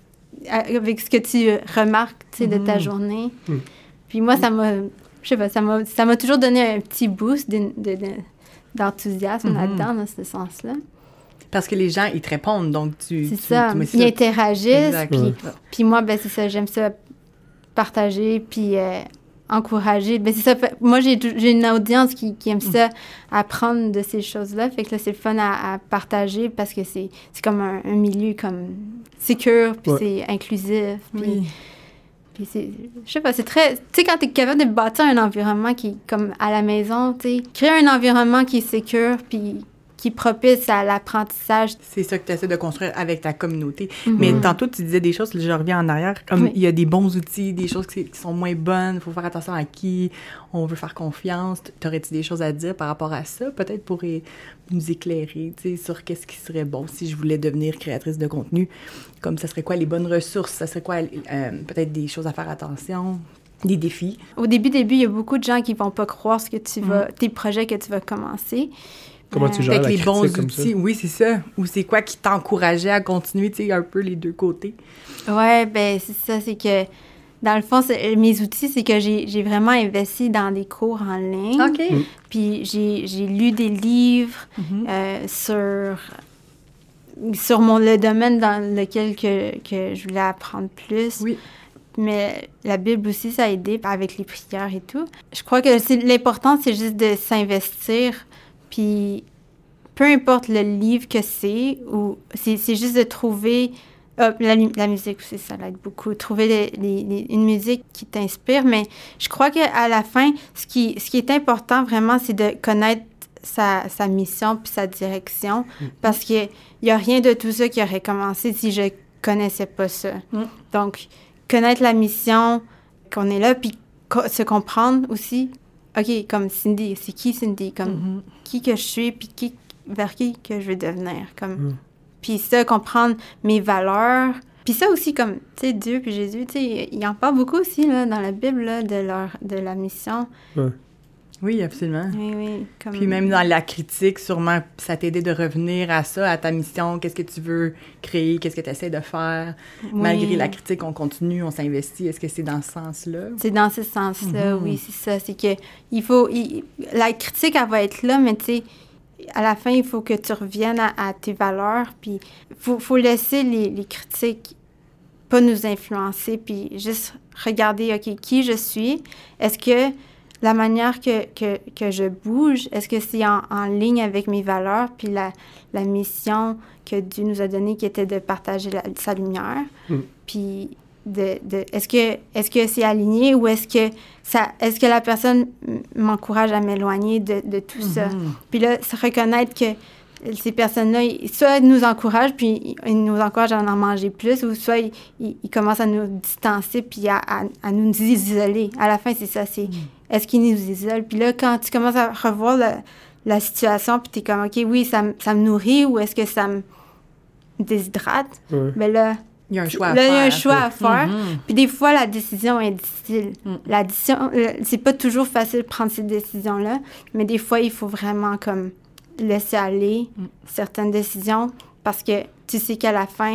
avec ce que tu remarques, tu sais, de ta journée. Mm. Puis moi, ça m'a, je sais pas, ça m'a, ça m'a toujours donné un petit boost de, de, de, d'enthousiasme mm-hmm. là-dedans, dans ce sens-là. Parce que les gens, ils te répondent, donc tu... C'est tu, ça, tu ils interagissent, puis, ouais. puis moi, ben c'est ça, j'aime ça partager, puis euh, encourager. Ben c'est ça, moi, j'ai, j'ai une audience qui, qui aime mm. ça, apprendre de ces choses-là, fait que là, c'est le fun à, à partager, parce que c'est, c'est comme un, un milieu comme sécure, puis ouais. c'est inclusif, puis... Oui. Puis c'est, je sais pas, c'est très... Tu sais, quand t'es capable de bâtir un environnement qui est comme à la maison, tu sais, créer un environnement qui est sécure, puis qui est propice à l'apprentissage. C'est ça que tu essaies de construire avec ta communauté. Mm-hmm. Mais Mm-hmm. tantôt, tu disais des choses, je reviens en arrière, comme oui. il y a des bons outils, des choses qui, qui sont moins bonnes, il faut faire attention à qui on veut faire confiance. T'aurais-tu des choses à dire par rapport à ça? Peut-être pour é- nous éclairer, tu sais, sur qu'est-ce qui serait bon si je voulais devenir créatrice de contenu. Comme ça serait quoi les bonnes ressources? Ça serait quoi euh, peut-être des choses à faire attention? Des défis? Au début, début, il y a beaucoup de gens qui vont pas croire ce que tu vas, mm. tes projets que tu vas commencer. Comment tu gères la les critique bons comme outils, ça? Oui, c'est ça. Ou c'est quoi qui t'encourageait à continuer, tu sais, un peu les deux côtés? Ouais, ben c'est ça, c'est que, dans le fond, c'est, mes outils, c'est que j'ai, j'ai vraiment investi dans des cours en ligne. OK. Mm. Puis j'ai, j'ai lu des livres mm-hmm. euh, sur, sur mon, le domaine dans lequel que, que je voulais apprendre plus. Oui. Mais la Bible aussi, ça a aidé avec les prières et tout. Je crois que c'est, l'important, c'est juste de s'investir. Puis, peu importe le livre que c'est, ou c'est, c'est juste de trouver... Euh, la, la musique aussi, ça l'aide beaucoup. Trouver les, les, les, une musique qui t'inspire. Mais je crois qu'à la fin, ce qui, ce qui est important vraiment, c'est de connaître sa, sa mission puis sa direction. Mm. Parce qu'il n'y a rien de tout ça qui aurait commencé si je connaissais pas ça. Mm. Donc, connaître la mission, qu'on est là, puis co- se comprendre aussi. OK, comme Cindy, c'est qui Cindy? Comme mm-hmm. qui que je suis, puis qui, vers qui que je veux devenir. Comme, mm. Puis ça, comprendre mes valeurs. Puis ça aussi, comme, tu sais, Dieu puis Jésus, tu sais, il en parle beaucoup aussi, là, dans la Bible, là, de, leur, de la mission. Ouais. Oui, absolument. Oui, oui. Comme... Puis même dans la critique, sûrement, ça t'aidait de revenir à ça, à ta mission, qu'est-ce que tu veux créer, qu'est-ce que tu essaies de faire. Oui. Malgré la critique, on continue, on s'investit. Est-ce que c'est dans ce sens-là? C'est dans ce sens-là, mm-hmm. oui, c'est ça. C'est que il faut... Il, la critique, elle va être là, mais tu sais, à la fin, il faut que tu reviennes à, à tes valeurs, puis il faut, faut laisser les, les critiques pas nous influencer, puis juste regarder, OK, qui je suis? Est-ce que la manière que, que, que je bouge, est-ce que c'est en, en ligne avec mes valeurs, puis la, la mission que Dieu nous a donnée, qui était de partager la, sa lumière? Mm. Puis, de, de, est-ce que, est-ce que c'est aligné ou est-ce que, ça, est-ce que la personne m'encourage à m'éloigner de, de tout mm-hmm. ça? Puis là, se reconnaître que ces personnes-là, soit ils nous encouragent, puis ils nous encouragent à en manger plus, ou soit ils, ils, ils commencent à nous distancer, puis à, à, à nous isoler. À la fin, c'est ça, c'est mm. est-ce qu'ils nous isolent? Puis là, quand tu commences à revoir la, la situation, puis t'es comme, OK, oui, ça, ça me nourrit, ou est-ce que ça me déshydrate? Mm. Bien là, il y a un choix à là, faire. il y a un choix à faire. Mm-hmm. Puis des fois, la décision est difficile. Mm. La décision, c'est pas toujours facile de prendre ces décisions-là, mais des fois, il faut vraiment comme laisser aller mm. certaines décisions parce que tu sais qu'à la fin,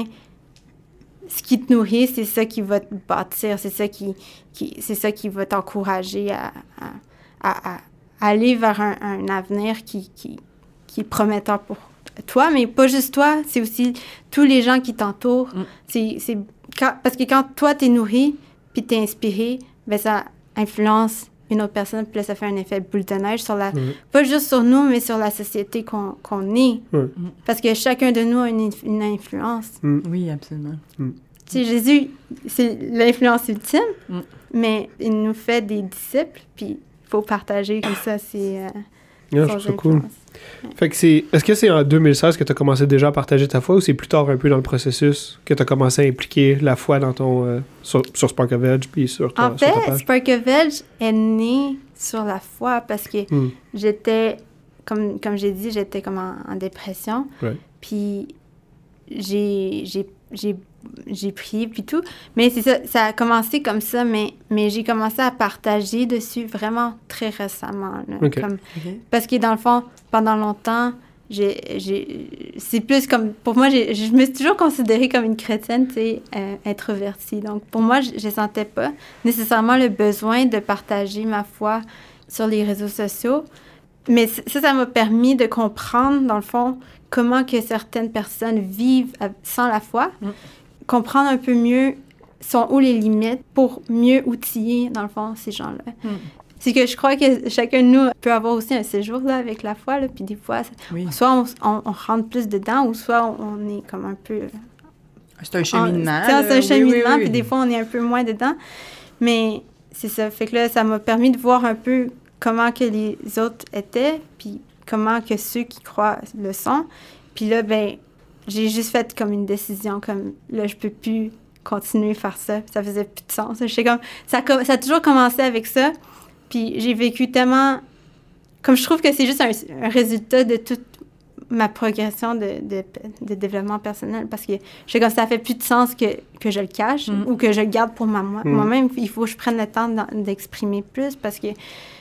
ce qui te nourrit, c'est ça qui va te bâtir, c'est ça qui, qui, c'est ça qui va t'encourager à, à, à, à aller vers un, un avenir qui, qui, qui est prometteur pour toi, mais pas juste toi, c'est aussi tous les gens qui t'entourent. Mm. C'est, c'est quand, parce que quand toi, t'es nourri puis t'es inspiré, ben ça influence une autre personne, puis là, ça fait un effet boule de neige sur la... Mm. Pas juste sur nous, mais sur la société qu'on, qu'on est. Mm. Parce que chacun de nous a une, une influence. Mm. Oui, absolument. Mm. Tu sais, Jésus, c'est l'influence ultime, mm. mais il nous fait des disciples, puis il faut partager comme ça, c'est... Euh, yeah, je trouve ça cool. Ouais. Fait que c'est... Est-ce que c'est en deux mille seize que tu as commencé déjà à partager ta foi, ou c'est plus tard un peu dans le processus que tu as commencé à impliquer la foi dans ton... Euh, sur, sur Spark of Edge, puis sur ton En fait, sur ta page? Spark of Edge est né sur la foi, parce que mm. j'étais... Comme, comme j'ai dit, j'étais comme en, en dépression. Right. Puis j'ai, j'ai, j'ai, j'ai prié, puis tout. Mais c'est ça, ça a commencé comme ça, mais, mais j'ai commencé à partager dessus vraiment très récemment. Là, okay. comme, okay. Parce que dans le fond, pendant longtemps, j'ai, j'ai, c'est plus comme... Pour moi, j'ai, je me suis toujours considérée comme une chrétienne, tu sais, euh, introvertie. Donc, pour moi, je ne sentais pas nécessairement le besoin de partager ma foi sur les réseaux sociaux. Mais ça, ça m'a permis de comprendre, dans le fond, comment que certaines personnes vivent sans la foi, mm. comprendre un peu mieux sont où les limites pour mieux outiller, dans le fond, ces gens-là. Mm. C'est que je crois que chacun de nous peut avoir aussi un séjour là, avec la foi, là, puis des fois, oui. soit on, on, on rentre plus dedans, ou soit on, on est comme un peu... C'est un cheminement. En, c'est un cheminement, oui, oui, oui. Puis des fois, on est un peu moins dedans. Mais c'est ça, fait que là, ça m'a permis de voir un peu comment que les autres étaient, puis comment que ceux qui croient le sont. Puis là, ben, j'ai juste fait comme une décision, comme là, je peux plus continuer à faire ça. Ça faisait plus de sens. J'étais comme, ça, ça a toujours commencé avec ça. Puis j'ai vécu tellement... Comme je trouve que c'est juste un, un résultat de toute ma progression de, de, de développement personnel, parce que je sais comme ça fait plus de sens que, que je le cache mm. ou que je le garde pour ma, moi. Mm. Moi-même. Il faut que je prenne le temps d'exprimer plus, parce que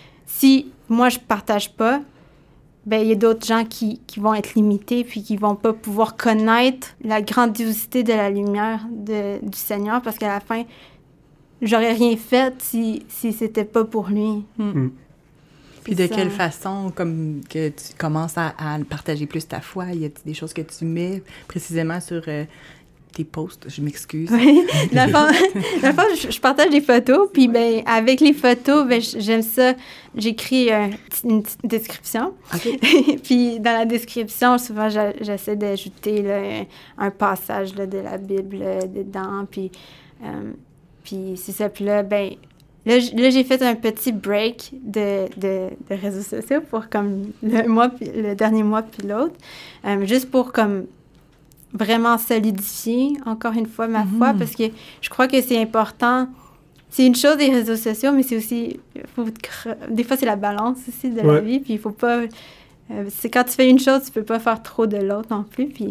si moi, je partage pas, ben il y a d'autres gens qui, qui vont être limités puis qui vont pas pouvoir connaître la grandiosité de la lumière de, du Seigneur, parce qu'à la fin, j'aurais rien fait si, si c'était pas pour lui. Mm. Puis de ça. Quelle façon, comme que tu commences à, à partager plus ta foi? Y a des choses que tu mets précisément sur... Euh, tes posts, je m'excuse. Oui, dans le fond, dans le fond je, je partage des photos, puis ben, avec les photos, ben, j'aime ça, j'écris euh, une petite description. Okay. Puis dans la description, souvent, j'essaie d'ajouter là, un passage là, de la Bible là, dedans, puis, euh, puis c'est ça. Puis là, ben, là, là, j'ai fait un petit break de, de, de réseaux sociaux pour comme le, mois, le dernier mois puis l'autre, euh, juste pour comme vraiment solidifier, encore une fois, ma mm-hmm. foi, parce que je crois que c'est important. C'est une chose des réseaux sociaux, mais c'est aussi... Faut, des fois, c'est la balance aussi de ouais. la vie, puis il faut pas... Euh, c'est quand tu fais une chose, tu peux pas faire trop de l'autre non plus, puis...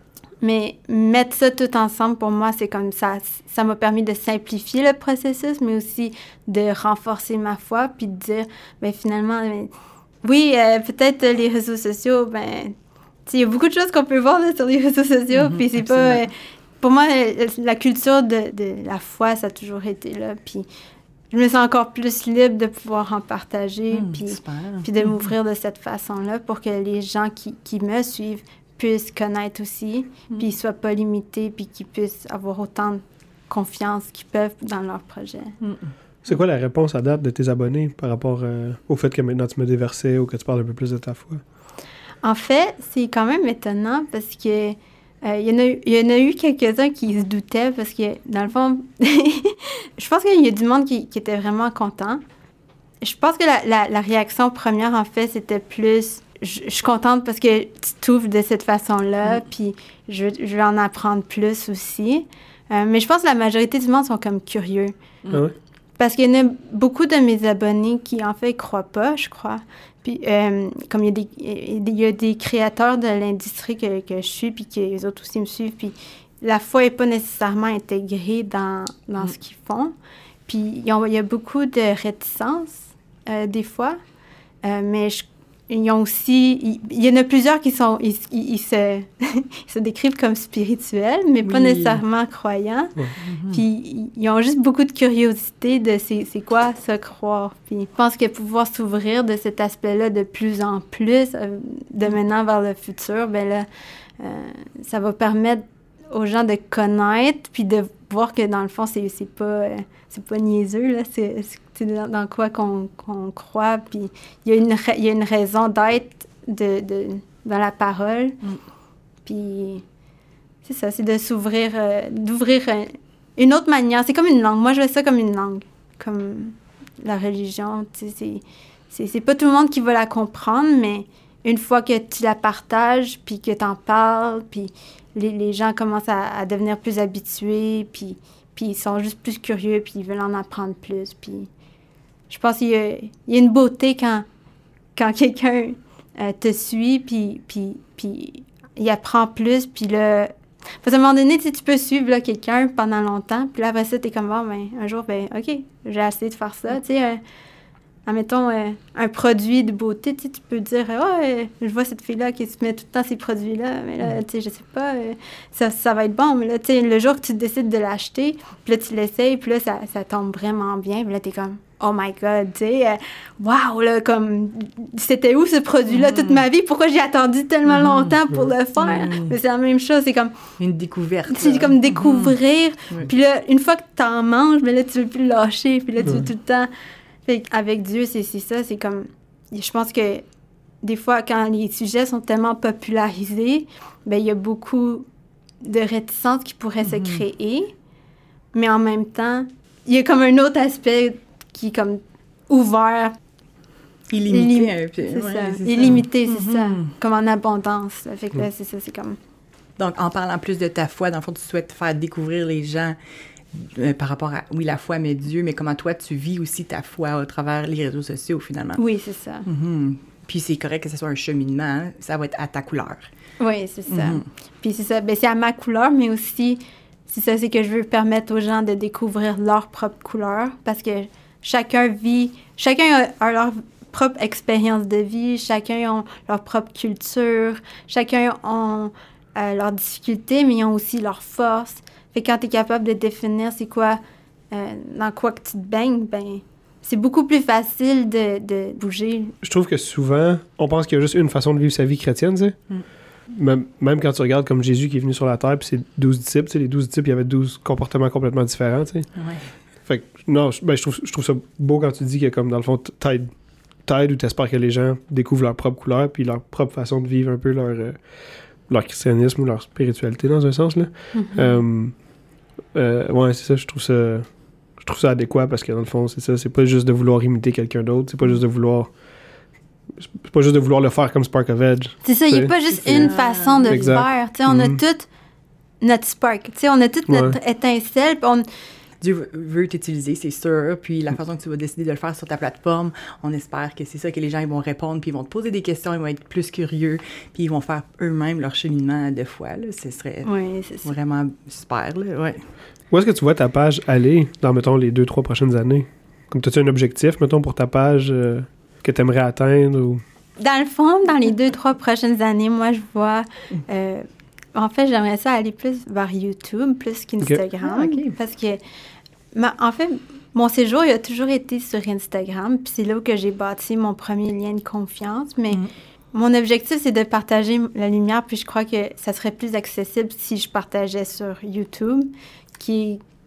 Mais mettre ça tout ensemble, pour moi, c'est comme ça. Ça m'a permis de simplifier le processus, mais aussi de renforcer ma foi, puis de dire, ben finalement, ben, oui, euh, peut-être les réseaux sociaux, ben... Il y a beaucoup de choses qu'on peut voir là, sur les réseaux sociaux, mm-hmm, puis c'est absolument. pas... Euh, pour moi, la culture de, de la foi, ça a toujours été là, puis je me sens encore plus libre de pouvoir en partager, mm, puis, puis de m'ouvrir de cette façon-là pour que les gens qui, qui me suivent puissent connaître aussi, mm. puis ils soient pas limités, puis qu'ils puissent avoir autant confiance qu'ils peuvent dans leur projet. Mm. C'est quoi la réponse à date de tes abonnés par rapport euh, au fait que maintenant tu me déversais ou que tu parles un peu plus de ta foi? En fait, c'est quand même étonnant parce que euh, il y en a, il y en a eu quelques-uns qui se doutaient parce que, dans le fond, je pense qu'il y a du monde qui, qui était vraiment content. Je pense que la, la, la réaction première, en fait, c'était plus... Je, je suis contente parce que tu t'ouvres de cette façon-là, mm. puis je, je vais en apprendre plus aussi. Euh, mais je pense que la majorité du monde sont comme curieux. Mm. Ah ouais? Parce qu'il y en a beaucoup de mes abonnés qui, en fait, croient pas, je crois. Puis, euh, comme il y a des, il y a des créateurs de l'industrie que, que je suis, puis que les autres aussi me suivent, puis la foi n'est pas nécessairement intégrée dans, dans mm. ce qu'ils font. Puis, il y a, il y a beaucoup de réticence, euh, des fois. Euh, mais je Ils ont aussi... Il, il y en a plusieurs qui sont... Ils, ils, ils, se, ils se décrivent comme spirituels, mais oui. pas nécessairement croyants. Ouais. Mm-hmm. Puis ils ont juste beaucoup de curiosité de c'est, c'est quoi ça, croire. Puis je pense que pouvoir s'ouvrir de cet aspect-là de plus en plus, euh, de maintenant vers le futur, ben là, euh, ça va permettre aux gens de connaître, puis de voir que dans le fond, c'est, c'est pas... Euh, c'est pas niaiseux, là. C'est, c'est dans, dans quoi qu'on, qu'on croit. Puis il y a une, ra- y a une raison d'être de, de, dans la parole. Mm. Puis c'est ça, c'est de s'ouvrir, euh, d'ouvrir euh, une autre manière. C'est comme une langue. Moi, je vois ça comme une langue. Comme la religion. Tu sais, c'est, c'est, c'est pas tout le monde qui va la comprendre, mais une fois que tu la partages, puis que t'en parles, puis les, les gens commencent à, à devenir plus habitués, puis... Puis ils sont juste plus curieux, puis ils veulent en apprendre plus. Puis je pense qu'il y a, il y a une beauté quand, quand quelqu'un euh, te suit, puis, puis, puis il apprend plus. Puis là, parce qu'à un moment donné, tu sais, tu peux suivre là, quelqu'un pendant longtemps. Puis là, après ça, t'es comme, bon, ben, un jour, ben, OK, j'ai essayé de faire ça. Tu sais, euh, admettons, euh, un produit de beauté, tu sais, tu peux dire, oh, euh, je vois cette fille-là qui se met tout le temps ces produits-là, mais là, tu sais, je sais pas, euh, ça, ça va être bon, mais là, tu sais, le jour que tu décides de l'acheter, puis là, tu l'essayes, puis là, ça, ça tombe vraiment bien, puis là, t'es comme, oh my God, tu sais, euh, wow, là, comme, c'était où ce produit-là mm-hmm. toute ma vie? Pourquoi j'ai attendu tellement mm-hmm. longtemps pour le faire? Mm-hmm. Mais c'est la même chose, c'est comme... Une découverte. C'est là. Comme découvrir, mm-hmm. puis là, une fois que t'en manges, mais là, tu veux plus le lâcher, puis là, tu veux mm-hmm. tout le temps... Fait avec Dieu, c'est, c'est ça, c'est comme... Je pense que des fois, quand les sujets sont tellement popularisés, ben il y a beaucoup de réticences qui pourraient mm-hmm. se créer, mais en même temps, il y a comme un autre aspect qui est comme ouvert. Illimité. Illim... C'est ouais, ça. C'est Illimité, ça. c'est mm-hmm. ça. Comme en abondance. Là. Fait que là, c'est ça, c'est comme... Donc, en parlant plus de ta foi, dans le fond, tu souhaites faire découvrir les gens... Euh, par rapport à, oui, la foi, mais Dieu, mais comment toi, tu vis aussi ta foi à travers les réseaux sociaux, finalement. Oui, c'est ça. Mm-hmm. Puis c'est correct que ce soit un cheminement, hein? Ça va être à ta couleur. Oui, c'est ça. Mm-hmm. Puis c'est ça, bien, c'est à ma couleur, mais aussi, c'est ça, c'est que je veux permettre aux gens de découvrir leur propre couleur, parce que chacun vit, chacun a, a leur propre expérience de vie, chacun a leur propre culture, chacun a euh, leurs difficultés, mais ils ont aussi leurs forces. Fait que quand tu es capable de définir c'est quoi, euh, dans quoi que tu te baignes, ben c'est beaucoup plus facile de, de bouger. Je trouve que souvent, on pense qu'il y a juste une façon de vivre sa vie chrétienne, tu sais. Mm. Même, même quand tu regardes comme Jésus qui est venu sur la terre, puis ses douze disciples, tu sais, les douze disciples, il y avait douze comportements complètement différents, tu sais. Ouais. Fait que, non, je, ben, je, trouve, je trouve ça beau quand tu dis que, comme, dans le fond, t'aides, t'aides ou t'espères que les gens découvrent leur propre couleur, puis leur propre façon de vivre un peu leur, euh, leur christianisme ou leur spiritualité, dans un sens, là. Mm-hmm. Euh, Euh, ouais, c'est ça, je trouve ça je trouve ça adéquat parce que dans le fond, c'est ça, c'est pas juste de vouloir imiter quelqu'un d'autre, c'est pas juste de vouloir c'est pas juste de vouloir le faire comme Spark of Edge. C'est ça, il n'y a pas juste une façon de exact. Le faire, tu sais, on mm-hmm. a toute notre spark, tu sais, on a toute notre ouais. étincelle, puis on... Dieu veut t'utiliser, c'est sûr, puis la façon que tu vas décider de le faire sur ta plateforme, on espère que c'est ça que les gens ils vont répondre, puis ils vont te poser des questions, ils vont être plus curieux, puis ils vont faire eux-mêmes leur cheminement de foi, là. Ce serait oui, c'est vraiment super, là, ouais. Où est-ce que tu vois ta page aller dans, mettons, les deux, trois prochaines années? Comme, as-tu un objectif, mettons, pour ta page euh, que tu aimerais atteindre? Ou... Dans le fond, dans les deux, trois prochaines années, moi, je vois... Euh, en fait, j'aimerais ça aller plus vers YouTube, plus qu'Instagram, okay. Okay. Parce que, ma, en fait, mon séjour, il a toujours été sur Instagram, puis c'est là où que j'ai bâti mon premier lien de confiance, mais mm. mon objectif, c'est de partager la lumière, puis je crois que ça serait plus accessible si je partageais sur YouTube, qui est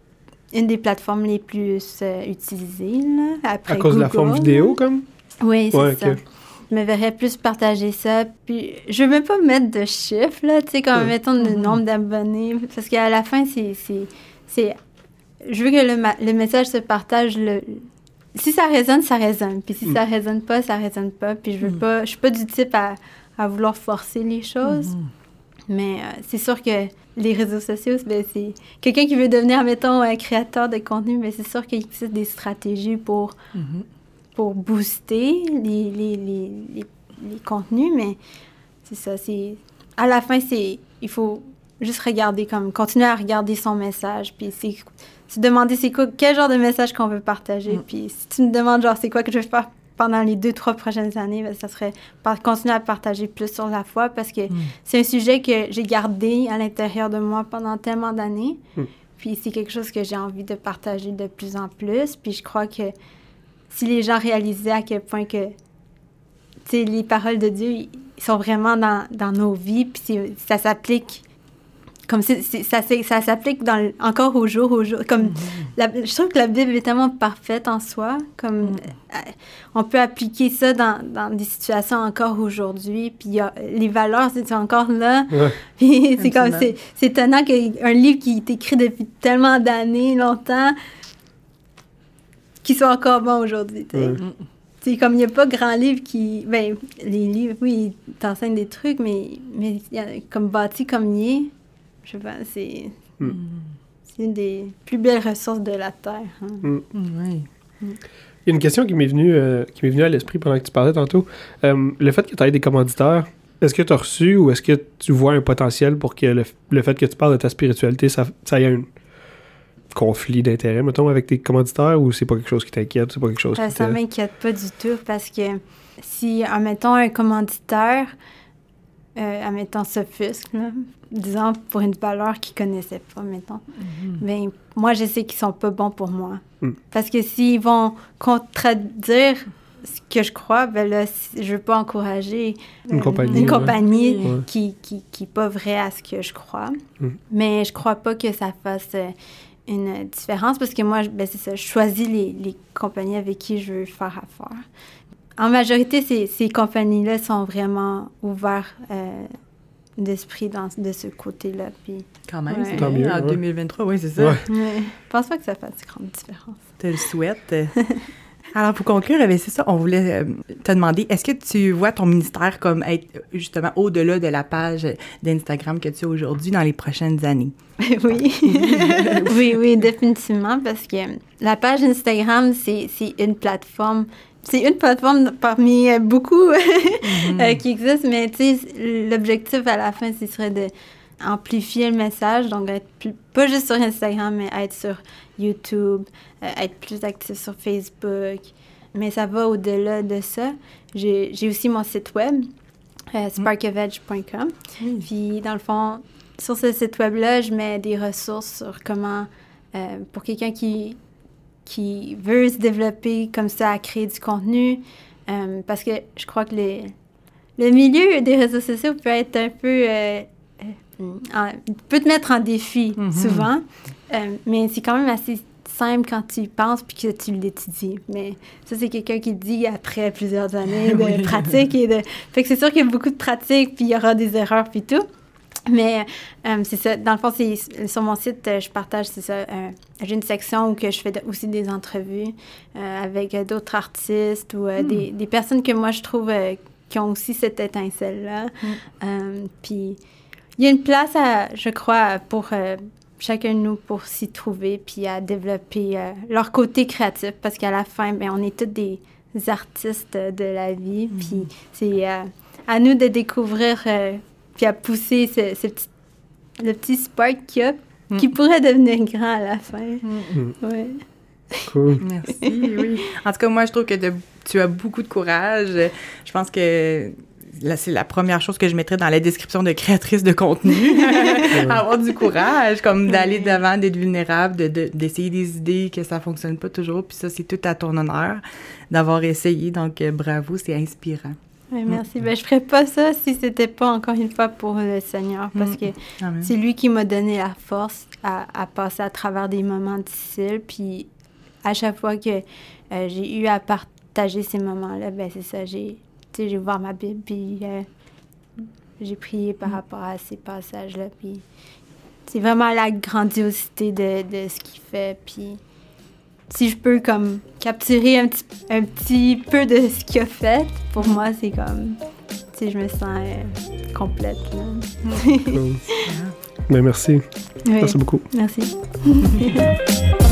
une des plateformes les plus euh, utilisées, là, après À cause Google, de la forme vidéo, comme? Oui, c'est Ouais, ça. ok. Je me verrais plus partager ça. Puis, je veux même pas mettre de chiffres, là, tu sais, comme, Ouais. mettons, le Mm-hmm. nombre d'abonnés. Parce qu'à la fin, c'est... c'est, c'est je veux que le, ma- le message se partage. Le, si ça résonne, ça résonne. Puis si Mm. ça résonne pas, ça résonne pas. Puis je veux Mm. pas... Je suis pas du type à, à vouloir forcer les choses. Mm-hmm. Mais euh, c'est sûr que les réseaux sociaux, ben, c'est... Quelqu'un qui veut devenir, mettons, un créateur de contenu, mais c'est sûr qu'il existe des stratégies pour... Mm-hmm. pour booster les, les, les, les, les contenus, mais c'est ça, c'est... À la fin, c'est... Il faut juste regarder, comme... Continuer à regarder son message, puis c'est... Se demander c'est quoi, quel genre de message qu'on veut partager, Mm. puis si tu me demandes, genre, c'est quoi que je vais faire pendant les deux, trois prochaines années, ben, ça serait par- continuer à partager plus sur la foi, parce que Mm. c'est un sujet que j'ai gardé à l'intérieur de moi pendant tellement d'années, Mm. puis c'est quelque chose que j'ai envie de partager de plus en plus, puis je crois que si les gens réalisaient à quel point que, tu sais, les paroles de Dieu, ils sont vraiment dans, dans nos vies, puis c'est- ça s'applique, comme c'est, c'est- ça, c'est- ça s'applique dans le- encore au jour, au jour, comme, la- je trouve que la Bible est tellement parfaite en soi, comme, Mm. euh, on peut appliquer ça dans, dans des situations encore aujourd'hui, puis il y a- les valeurs, c'est encore là, Ouais. puis c'est comme, Absolument. c'est, c'est étonnant qu'un livre qui est écrit depuis tellement d'années, longtemps, qui soit encore bon aujourd'hui, tu sais. Ouais. C'est comme, il n'y a pas grand livre qui... Ben, les livres, oui, ils t'enseignent des trucs, mais, mais il y a- comme bâti comme il est, je sais pas, c'est... Mm. C'est une des plus belles ressources de la Terre. hein. Mm. Oui. Il y a une question qui m'est venue, euh, qui m'est venue à l'esprit pendant que tu parlais tantôt. Euh, le fait que tu aies des commanditaires, est-ce que tu as reçu ou est-ce que tu vois un potentiel pour que le, le fait que tu parles de ta spiritualité, ça, ça ait un conflit d'intérêt, mettons, avec tes commanditaires, ou c'est pas quelque chose qui t'inquiète, c'est pas quelque chose Euh, qui ça te... m'inquiète pas du tout parce que si, admettons, un commanditaire, euh, admettons, s'offusque, là, disons, pour une valeur qu'il connaissait pas, mettons, ben, moi, je sais qu'ils sont pas bons pour moi. Mm. Parce que s'ils vont contredire ce que je crois, ben là, si- je veux pas encourager Une euh, compagnie, une ouais. compagnie Ouais. qui, qui, qui est pas vraie à ce que je crois. Mm. Mais je crois pas que ça fasse euh, une différence parce que moi, je- ben, c'est ça, je choisis les, les compagnies avec qui je veux faire affaire. En majorité, ces, ces compagnies-là sont vraiment ouvertes euh, d'esprit dans, de ce côté-là. Puis, Quand même, Ouais. c'est Tant bien. mieux, En ouais. deux mille vingt-trois, oui, c'est ça. Ouais. ouais, je pense pas que ça fasse grande différence. Te le souhaite. Alors, pour conclure, eh bien, c'est ça, on voulait euh, te demander, est-ce que tu vois ton ministère comme être justement au-delà de la page d'Instagram que tu as aujourd'hui dans les prochaines années? oui. oui, oui, définitivement, parce que la page Instagram, c'est, c'est une plateforme. C'est une plateforme parmi euh, beaucoup euh, qui existent, mais tu sais, l'objectif à la fin, ce serait de amplifier le message, donc être plus, pas juste sur Instagram, mais être sur YouTube, euh, être plus actif sur Facebook. Mais ça va au-delà de ça. J'ai, j'ai aussi mon site web, euh, spark of edge point com. Mm. Puis, dans le fond, sur ce site web-là, je mets des ressources sur comment, euh, pour quelqu'un qui, qui veut se développer comme ça, à créer du contenu, euh, parce que je crois que les, le milieu des réseaux sociaux peut être un peu... Euh, euh, en- peut te mettre en défi, Mhm. souvent, euh, mais c'est quand même assez simple quand tu y penses puis que tu l'étudies. Mais ça, c'est quelqu'un qui le dit après plusieurs années de Oui. pratique et de... Fait que c'est sûr qu'il y a beaucoup de pratique, puis il y aura des erreurs, puis tout. Mais euh, c'est ça. Dans le fond, c'est, sur mon site, euh, je partage, c'est ça. euh, j'ai une section où que je fais de- aussi des entrevues euh, avec euh, d'autres artistes ou euh, Mm. des, des personnes que moi, je trouve euh, qui ont aussi cette étincelle-là. Mm. Euh, puis il y a une place, à, je crois, pour euh, chacun de nous pour s'y trouver puis à développer euh, leur côté créatif. Parce qu'à la fin, ben, on est tous des artistes de la vie. Mm. Puis c'est euh, à nous de découvrir... euh, puis à pousser ce, ce petit, le petit spark qu'il y a, Mm. qui pourrait devenir grand à la fin. Mm. Ouais. Cool. Merci, oui. En tout cas, moi, je trouve que de- tu as beaucoup de courage. Je pense que là, c'est la première chose que je mettrais dans la description de créatrice de contenu. Avoir du courage, comme d'aller Ouais. devant, d'être vulnérable, de, de- d'essayer des idées que ça fonctionne pas toujours. Puis ça, c'est tout à ton honneur d'avoir essayé. Donc, euh, bravo, c'est inspirant. Ouais, merci. Ben, je ferais pas ça si c'était pas, encore une fois, pour le Seigneur, parce Mm. que Amen. c'est lui qui m'a donné la force à, à passer à travers des moments difficiles. Puis à chaque fois que euh, j'ai eu à partager ces moments-là, ben c'est ça, j'ai, tu sais, j'ai ouvert ma Bible, puis euh, j'ai prié par rapport à ces passages-là. Puis c'est vraiment la grandiosité de, de ce qu'il fait. Puis si je peux comme capturer un petit, un petit peu de ce qu'il a fait, pour moi, c'est comme, tu sais, je me sens euh, complète. Cool. Ben, merci. Oui. Merci beaucoup. Merci.